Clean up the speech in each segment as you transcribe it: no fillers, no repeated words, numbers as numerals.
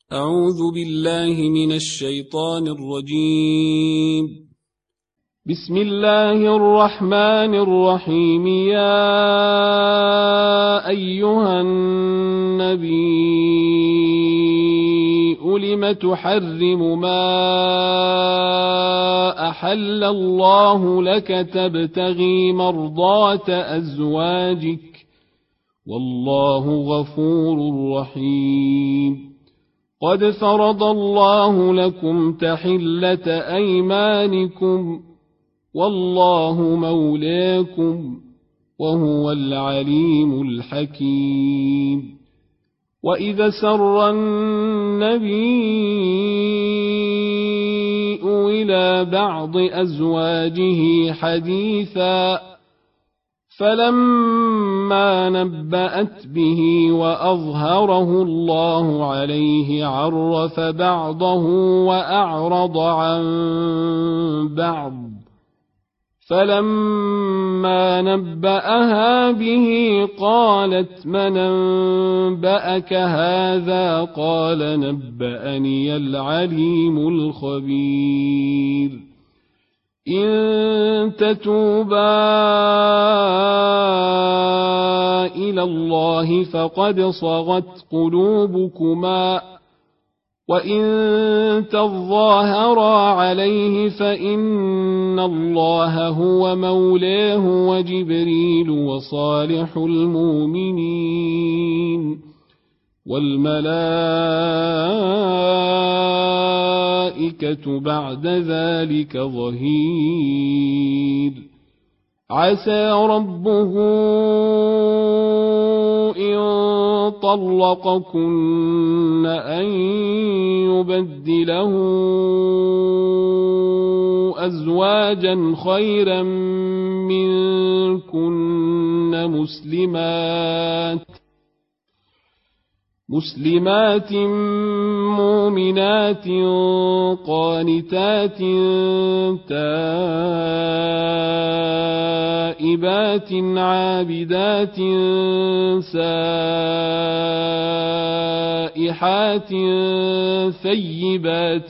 أعوذ بالله من الشيطان الرجيم. بسم الله الرحمن الرحيم. يا أيها النبي لم تحرم ما أحل الله لك تبتغي مرضات أزواجك والله غفور رحيم. قد فرض الله لكم تحلة أيمانكم والله مولاكم وهو العليم الحكيم. وإذا سر النبي إلى بعض أزواجه حديثا فلما نبأت به وأظهره الله عليه عرف بعضه وأعرض عن بعض، فلما نبأها به قالت من أنبأك هذا؟ قال نبأني العليم الخبير. إن تتوبا إلى الله فقد صغت قلوبكما، وإن تظاهرا عليه فإن الله هو مولاه وجبريل وصالح المؤمنين والملائكة بعد ذلك ظهير. عسى ربه إن طلقكن أن يبدله أزواجا خيرا منكن مسلمات مؤمنات قانتات تائبات عابدات سائحات ثيبات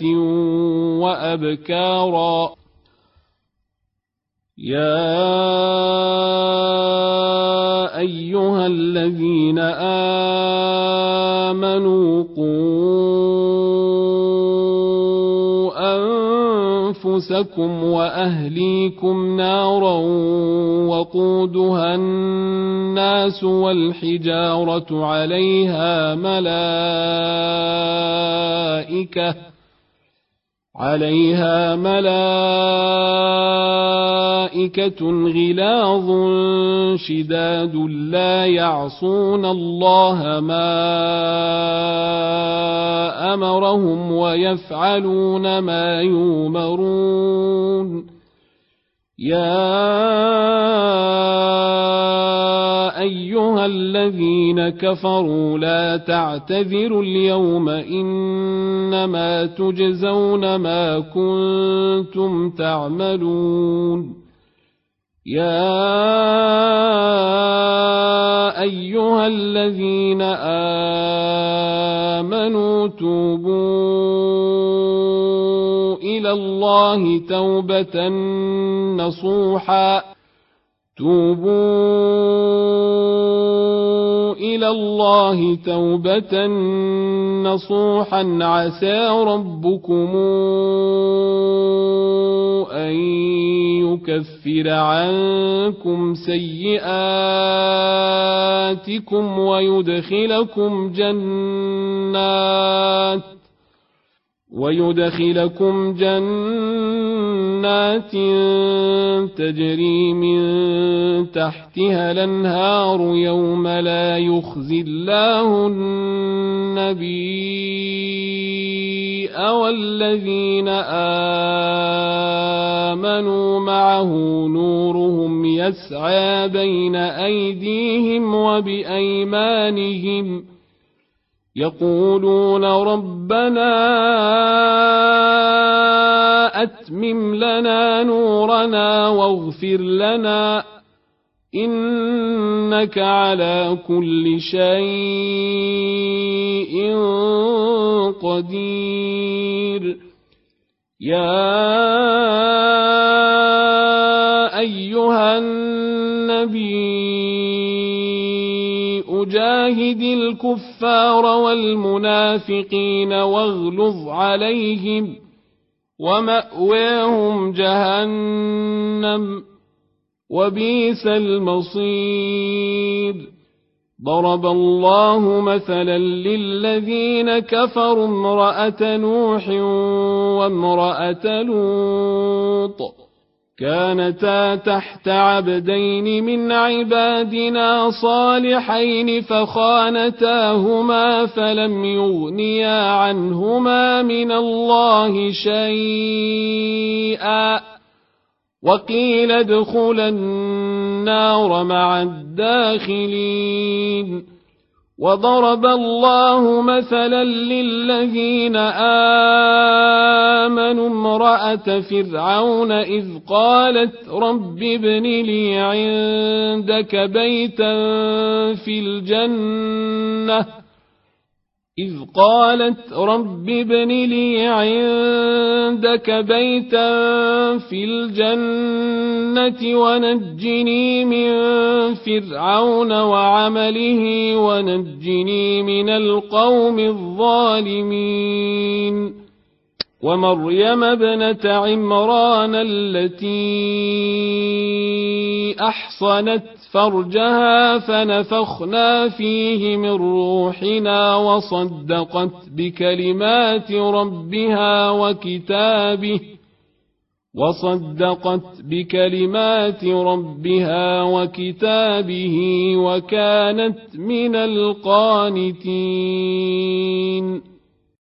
وأبكارا. يا أيها الذين آمنوا قوا أنفسكم وأهليكم نارا وقودها الناس والحجارة عليها ملائكة غلاظ شداد لا يعصون الله ما أمرهم ويفعلون ما يؤمرون. يا أيها الذين كفروا لا تعتذروا اليوم إنما تجزون ما كنتم تعملون. يا أيها الذين آمنوا توبوا إلى الله توبة نصوحا عسى ربكم أن يكفر عنكم سيئاتكم ويدخلكم جنات تجري من تحتها الأنهار يوم لا يخزي الله النبي والذين آمنوا معه نورهم يسعى بين أيديهم وبأيمانهم يقولون ربنا أتمم لنا نورنا واغفر لنا إنك على كل شيء قدير يا أيها النبي أجاهد الكفار والمنافقين واغلظ عليهم ومأواهم جهنم وبئس المصير ضرب الله مثلا للذين كفروا امرأة نوح وامرأة لوط كانتا تحت عبدين من عبادنا صالحين فخانتاهما فلم يغنيا عنهما من الله شيئا وقيل ادخلا النار مع الداخلين وضرب الله مثلا للذين آمنوا امرأة فرعون إذ قالت رب ابن لي عندك بيتا في الجنة ونجني من فرعون وعمله ونجني من القوم الظالمين ومريم ابنة عمران التي أحصنت فرجها فنفخنا فيه من روحنا وصدقت بكلمات ربها وكتابه وكانت من القانتين